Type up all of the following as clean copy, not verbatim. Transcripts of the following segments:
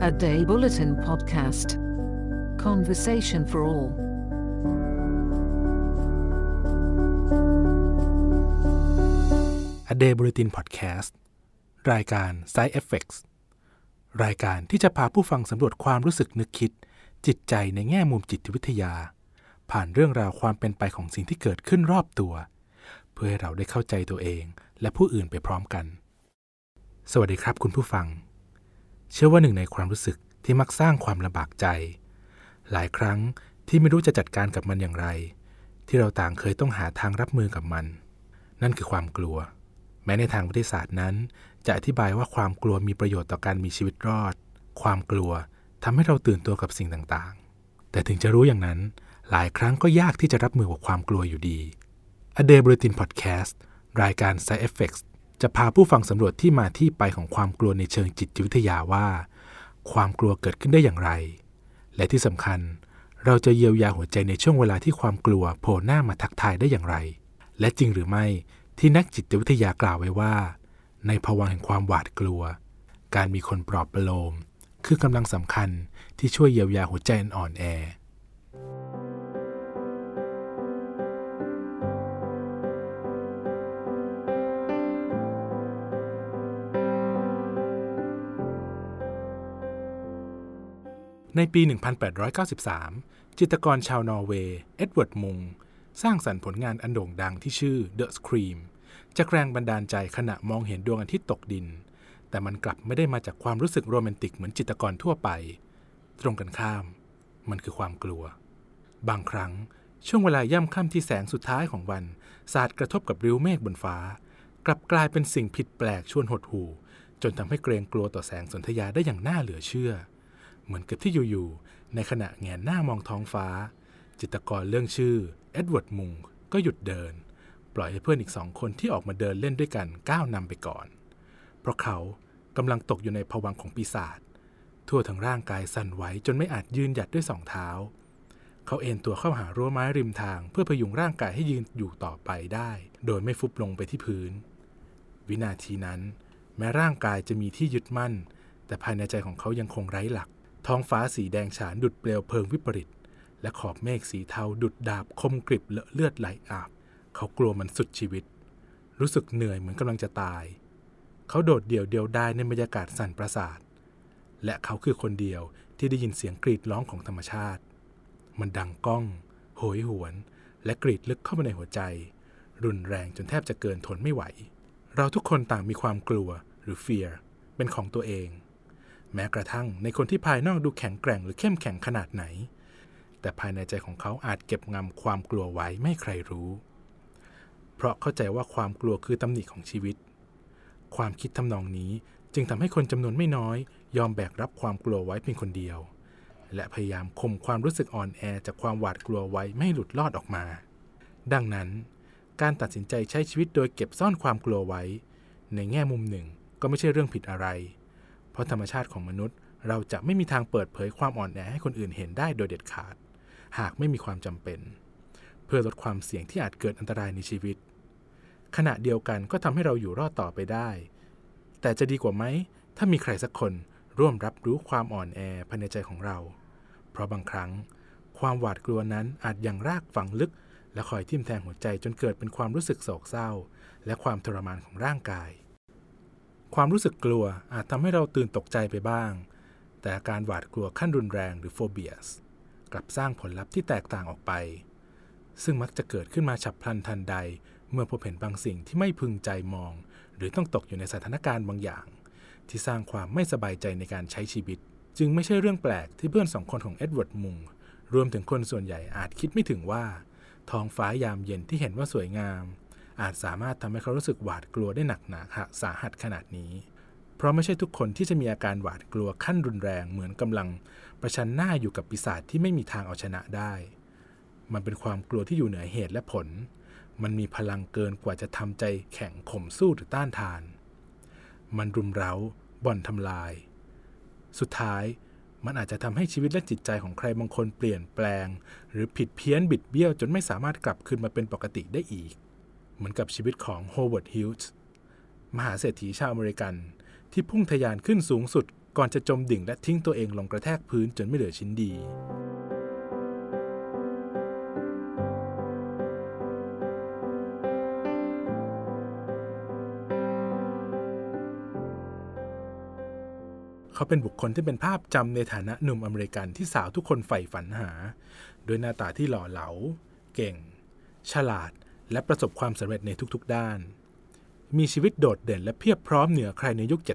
A Day Bulletin Podcast. Conversation for all. A Day Bulletin Podcast รายการ Side Effects รายการที่จะพาผู้ฟังสำรวจความรู้สึกนึกคิดจิตใจในแง่มุมจิตวิทยาผ่านเรื่องราวความเป็นไปของสิ่งที่เกิดขึ้นรอบตัวเพื่อให้เราได้เข้าใจตัวเองและผู้อื่นไปพร้อมกันสวัสดีครับคุณผู้ฟังเชื่อว่าหนึ่งในความรู้สึกที่มักสร้างความลำบากใจหลายครั้งที่ไม่รู้จะจัดการกับมันอย่างไรที่เราต่างเคยต้องหาทางรับมือกับมันนั่นคือความกลัวแม้ในทางวิทยาศาสตร์นั้นจะอธิบายว่าความกลัวมีประโยชน์ต่อการมีชีวิตรอดความกลัวทำให้เราตื่นตัวกับสิ่งต่างๆแต่ถึงจะรู้อย่างนั้นหลายครั้งก็ยากที่จะรับมือกับความกลัวอยู่ดี A Day Bulletin Podcast รายการ Side Effects จะพาผู้ฟังสำรวจที่มาที่ไปของความกลัวในเชิงจิตวิทยาว่าความกลัวเกิดขึ้นได้อย่างไรและที่สำคัญเราจะเยียวยาหัวใจในช่วงเวลาที่ความกลัวโผล่หน้ามาทักทายได้อย่างไรและจริงหรือไม่ที่นักจิตวิทยากล่าวไว้ว่าในภวังค์แห่งความหวาดกลัวการมีคนปลอบประโลมคือกำลังสำคัญที่ช่วยเยียวยาหัวใจอ่อนแอในปี 1893 จิตรกรชาวนอร์เวย์เอ็ดเวิร์ดมุงสร้างสรรค์ผลงานอันโด่งดังที่ชื่อ The Scream จากแรงบันดาลใจขณะมองเห็นดวงอาทิตย์ตกดินแต่มันกลับไม่ได้มาจากความรู้สึกโรแมนติกเหมือนจิตรกรทั่วไปตรงกันข้ามมันคือความกลัวบางครั้งช่วงเวลาย่ำค่ำที่แสงสุดท้ายของวันสาดกระทบกับริ้วเมฆบนฟ้ากลับกลายเป็นสิ่งผิดแปลกชวนหดหู่จนทำให้เกรงกลัวต่อแสงสนธยาได้อย่างน่าเหลือเชื่อเหมือนกับที่อยู่ๆในขณะแงนหน้ามองท้องฟ้าจิตรกรเรื่องชื่อเอ็ดเวิร์ดมุงก็หยุดเดินปล่อยให้เพื่อนอีก2 คนที่ออกมาเดินเล่นด้วยกันก้าวนำไปก่อนเพราะเขากำลังตกอยู่ในภวังค์ของปีศาจทั่วทั้งร่างกายสั่นไหวจนไม่อาจยืนหยัดด้วย2 เท้าเขาเอนตัวเข้าหารั้วไม้ริมทางเพื่อพยุงร่างกายให้ยืนอยู่ต่อไปได้โดยไม่ฟุบลงไปที่พื้นวินาทีนั้นแม้ร่างกายจะมีที่ยึดมั่นแต่ภายในใจของเขายังคงไร้หลักท้องฟ้าสีแดงฉานดุจเปลวเพลิงวิปริตและขอบเมฆสีเทาดุจดาบคมกริบเลอะเลือดไหลอาบเขากลัวมันสุดชีวิตรู้สึกเหนื่อยเหมือนกำลังจะตายเขาโดดเดี่ยวเดียวดายในบรรยากาศสั่นประสาทและเขาคือคนเดียวที่ได้ยินเสียงกรีดร้องของธรรมชาติมันดังก้องโหยหวนและกรีดลึกเข้าไปในหัวใจรุนแรงจนแทบจะเกินทนไม่ไหวเราทุกคนต่างมีความกลัวหรือ fear เป็นของตัวเองแม้กระทั่งในคนที่ภายนอกดูแข็งแกร่งหรือเข้มแข็งขนาดไหนแต่ภายในใจของเขาอาจเก็บงำความกลัวไว้ไม่ใครรู้เพราะเข้าใจว่าความกลัวคือตำหนิของชีวิตความคิดทำนองนี้จึงทำให้คนจำนวนไม่น้อยยอมแบกรับความกลัวไว้เพียงคนเดียวและพยายามข่มความรู้สึกอ่อนแอจากความหวาดกลัวไว้ไม่ให้หลุดลอดออกมาดังนั้นการตัดสินใจใช้ชีวิตโดยเก็บซ่อนความกลัวไว้ในแง่มุมหนึ่งก็ไม่ใช่เรื่องผิดอะไรเพราะธรรมชาติของมนุษย์เราจะไม่มีทางเปิดเผยความอ่อนแอให้คนอื่นเห็นได้โดยเด็ดขาดหากไม่มีความจำเป็นเพื่อลดความเสี่ยงที่อาจเกิดอันตรายในชีวิตขณะเดียวกันก็ทำให้เราอยู่รอดต่อไปได้แต่จะดีกว่าไหมถ้ามีใครสักคนร่วมรับรู้ความอ่อนแอภายในใจของเราเพราะบางครั้งความหวาดกลัวนั้นอาจยังรากฝังลึกและคอยทิ่มแทงหัวใจจนเกิดเป็นความรู้สึกโศกเศร้าและความทรมานของร่างกายความรู้สึกกลัวอาจทำให้เราตื่นตกใจไปบ้างแต่อาการหวาดกลัวขั้นรุนแรงหรือโฟเบียสกลับสร้างผลลัพธ์ที่แตกต่างออกไปซึ่งมักจะเกิดขึ้นมาฉับพลันทันใดเมื่อพบเห็นบางสิ่งที่ไม่พึงใจมองหรือต้องตกอยู่ในสถานการณ์บางอย่างที่สร้างความไม่สบายใจในการใช้ชีวิตจึงไม่ใช่เรื่องแปลกที่เพื่อน2 คนของเอ็ดเวิร์ดมุงรวมถึงคนส่วนใหญ่อาจคิดไม่ถึงว่าท้องฟ้ายามเย็นที่เห็นว่าสวยงามอาจสามารถทำให้เขารู้สึกหวาดกลัวได้หนักหนาสาหัสขนาดนี้เพราะไม่ใช่ทุกคนที่จะมีอาการหวาดกลัวขั้นรุนแรงเหมือนกำลังประชันหน้าอยู่กับปีศาจที่ไม่มีทางเอาชนะได้มันเป็นความกลัวที่อยู่เหนือเหตุและผลมันมีพลังเกินกว่าจะทำใจแข็งข่มสู้หรือต้านทานมันรุมเร้าบ่อนทำลายสุดท้ายมันอาจจะทำให้ชีวิตและจิตใจของใครบางคนเปลี่ยนแปลงหรือผิดเพี้ยนบิดเบี้ยวจนไม่สามารถกลับคืนมาเป็นปกติได้อีกเหมือนกับชีวิตของโฮเวิร์ดฮิลส์มหาเศรษฐีชาวอเมริกันที่พุ่งทะยานขึ้นสูงสุดก่อนจะจมดิ่งและทิ้งตัวเองลงกระแทกพื้นจนไม่เหลือชิ้นดีเขาเป็นบุคคลที่เป็นภาพจำในฐานะหนุ่มอเมริกันที่สาวทุกคนใฝ่ฝันหาด้วยหน้าตาที่หล่อเหลาเก่งฉลาดและประสบความสำเร็จในทุกๆด้านมีชีวิตโดดเด่นและเพียบพร้อมเหนือใครในยุค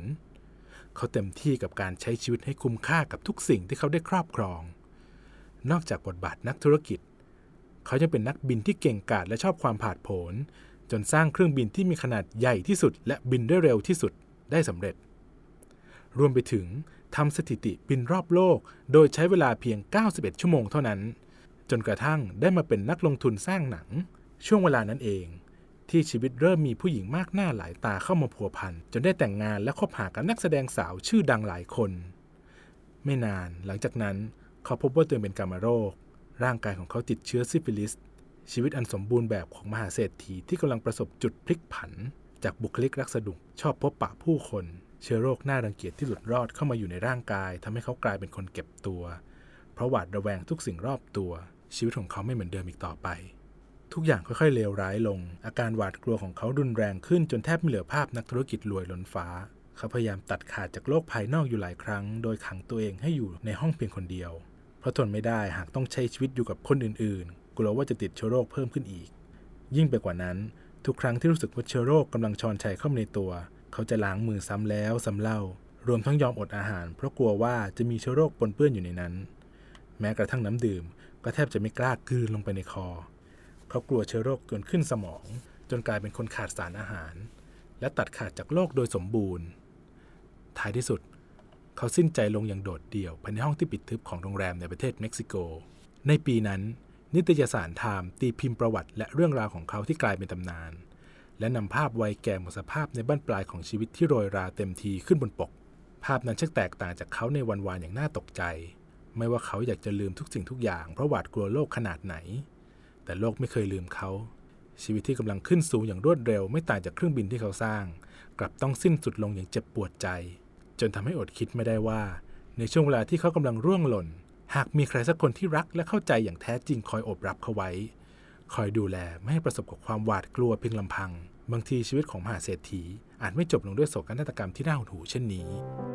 70 เขาเต็มที่กับการใช้ชีวิตให้คุ้มค่ากับทุกสิ่งที่เขาได้ครอบครองนอกจากบทบาทนักธุรกิจเขายังเป็นนักบินที่เก่งกาจและชอบความผาดโผนจนสร้างเครื่องบินที่มีขนาดใหญ่ที่สุดและบินได้เร็วที่สุดได้สำเร็จรวมไปถึงทำสถิติบินรอบโลกโดยใช้เวลาเพียง 91 ชั่วโมงเท่านั้นจนกระทั่งได้มาเป็นนักลงทุนสร้างหนังช่วงเวลานั้นเองที่ชีวิตเริ่มมีผู้หญิงมากหน้าหลายตาเข้ามาพัวพันจนได้แต่งงานและคบหากับนักแสดงสาวชื่อดังหลายคนไม่นานหลังจากนั้นเขาพบว่าตัวเองเป็นกามโรคร่างกายของเขาติดเชื้อซิฟิลิสชีวิตอันสมบูรณ์แบบของมหาเศรษฐีที่กำลังประสบจุดพลิกผันจากบุคลิกรักสนุกชอบพบปะผู้คนเชื้อโรคน่ารังเกียจที่หลุดรอดเข้ามาอยู่ในร่างกายทำให้เขากลายเป็นคนเก็บตัวเพราะหวาดระแวงทุกสิ่งรอบตัวชีวิตของเขาไม่เหมือนเดิมอีกต่อไปทุกอย่างค่อยๆเลวร้ายลงอาการหวาดกลัวของเขารุนแรงขึ้นจนแทบไม่เหลือภาพนักธุรกิจรวยล้นฟ้าเขาพยายามตัดขาดจากโลกภายนอกอยู่หลายครั้งโดยขังตัวเองให้อยู่ในห้องเพียงคนเดียวเพราะทนไม่ได้หากต้องใช้ชีวิตอยู่กับคนอื่นๆกลัวว่าจะติดเชื้อโรคเพิ่มขึ้นอีกยิ่งไปกว่านั้นทุกครั้งที่รู้สึกว่าเชื้อโรคกำลังชอนชัยเข้ามาในตัวเขาจะล้างมือซ้ำแล้วซ้ำเล่ารวมทั้งยอมอดอาหารเพราะกลัวว่าจะมีเชื้อโรคปนเปื้อนอยู่ในนั้นแม้กระทั่งน้ำดื่มก็แทบจะไม่กล้ากลืนลงไปในคอเขากลัวเชื้อโรคจนขึ้นสมองจนกลายเป็นคนขาดสารอาหารและตัดขาดจากโลกโดยสมบูรณ์ท้ายที่สุดเขาสิ้นใจลงอย่างโดดเดี่ยวภายในห้องที่ปิดทึบของโรงแรมในประเทศเม็กซิโกในปีนั้นนิตยสารไทม์ตีพิมพ์ประวัติและเรื่องราวของเขาที่กลายเป็นตำนานและนำภาพวัยแก่หมดสภาพในบั้นปลายของชีวิตที่โรยราเต็มทีขึ้นบนปกภาพนั้นช่างแตกต่างจากเขาในวันวานอย่างน่าตกใจไม่ว่าเขาอยากจะลืมทุกสิ่งทุกอย่างเพราะหวาดกลัวโลกขนาดไหนแต่โลกไม่เคยลืมเขาชีวิตที่กำลังขึ้นสูงอย่างรวดเร็วไม่ต่างจากเครื่องบินที่เขาสร้างกลับต้องสิ้นสุดลงอย่างเจ็บปวดใจจนทำให้อดคิดไม่ได้ว่าในช่วงเวลาที่เขากำลังร่วงหล่นหากมีใครสักคนที่รักและเข้าใจอย่างแท้จริงคอยโอบรับเขาไว้คอยดูแลไม่ให้ประสบกับความหวาดกลัวเพียงลำพังบางทีชีวิตของมหาเศรษฐีอาจไม่จบลงด้วยโศกนาฏกรรมที่น่าหดหู่เช่นนี้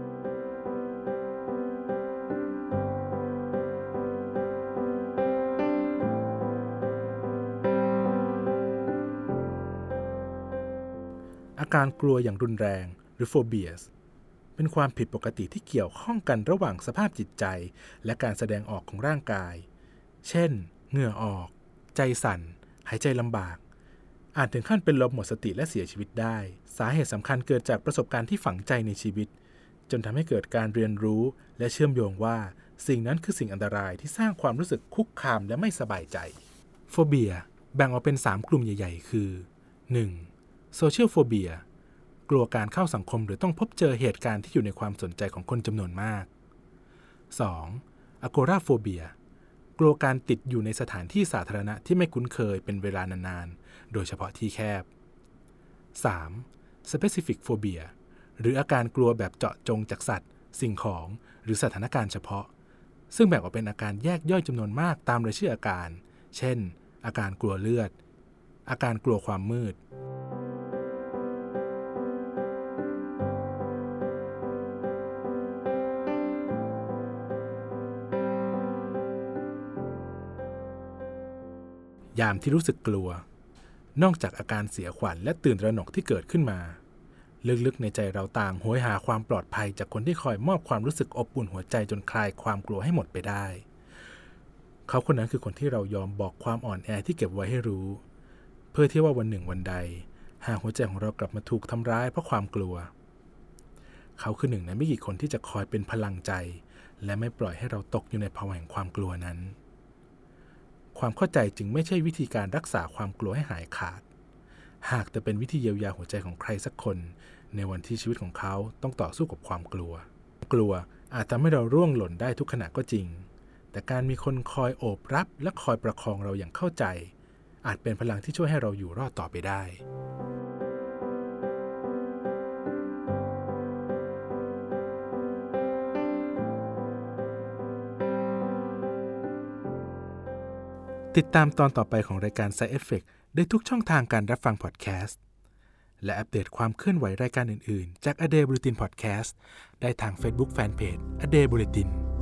อาการกลัวอย่างรุนแรงหรือโฟเบียสเป็นความผิดปกติที่เกี่ยวข้องกันระหว่างสภาพจิตใจและการแสดงออกของร่างกายเช่นเหงื่อออกใจสั่นหายใจลำบากอาจถึงขั้นเป็นลมหมดสติและเสียชีวิตได้สาเหตุสำคัญเกิดจากประสบการณ์ที่ฝังใจในชีวิตจนทำให้เกิดการเรียนรู้และเชื่อมโยงว่าสิ่งนั้นคือสิ่งอันตรายที่สร้างความรู้สึกคุกคามและไม่สบายใจโฟเบียแบ่งออกเป็น3กลุ่มใหญ่ๆคือ 1. โซเชียลโฟเบียกลัวการเข้าสังคมหรือต้องพบเจอเหตุการณ์ที่อยู่ในความสนใจของคนจำนวนมาก 2. อโกราโฟเบียกลัวการติดอยู่ในสถานที่สาธารณะที่ไม่คุ้นเคยเป็นเวลานานๆโดยเฉพาะที่แคบ 3. Specific Phobia หรืออาการกลัวแบบเจาะจงจากสัตว์สิ่งของหรือสถานการณ์เฉพาะซึ่งแบ่งออกเป็นอาการแยกย่อยจำนวนมากตามรายชื่ออาการเช่นอาการกลัวเลือดอาการกลัวความมืดยามที่รู้สึกกลัวนอกจากอาการเสียขวัญและตื่นตระหนกที่เกิดขึ้นมาลึกๆในใจเราต่างโหยหาความปลอดภัยจากคนที่คอยมอบความรู้สึกอบอุ่นหัวใจจนคลายความกลัวให้หมดไปได้เขาคนนั้นคือคนที่เรายอมบอกความอ่อนแอที่เก็บไว้ให้รู้เพื่อที่ว่าวันหนึ่งวันใดหากหัวใจของเรากลับมาถูกทำร้ายเพราะความกลัวเขาคือหนึ่งในไม่กี่คนที่จะคอยเป็นพลังใจและไม่ปล่อยให้เราตกอยู่ในภาวะแห่งความกลัวนั้นความเข้าใจจึงไม่ใช่วิธีการรักษาความกลัวให้หายขาดหากแต่เป็นวิธีเยียวยาหัวใจของใครสักคนในวันที่ชีวิตของเขาต้องต่อสู้กับความกลัวอาจทำให้เราร่วงหล่นได้ทุกขณะก็จริงแต่การมีคนคอยโอบรับและคอยประคองเราอย่างเข้าใจอาจเป็นพลังที่ช่วยให้เราอยู่รอดต่อไปได้ติดตามตอนต่อไปของรายการ Side Effect ได้ทุกช่องทางการรับฟังพอดแคสต์และอัปเดตความเคลื่อนไหวรายการอื่นๆจาก A Day Bulletin Podcast ได้ทาง Facebook Fanpage A Day Bulletin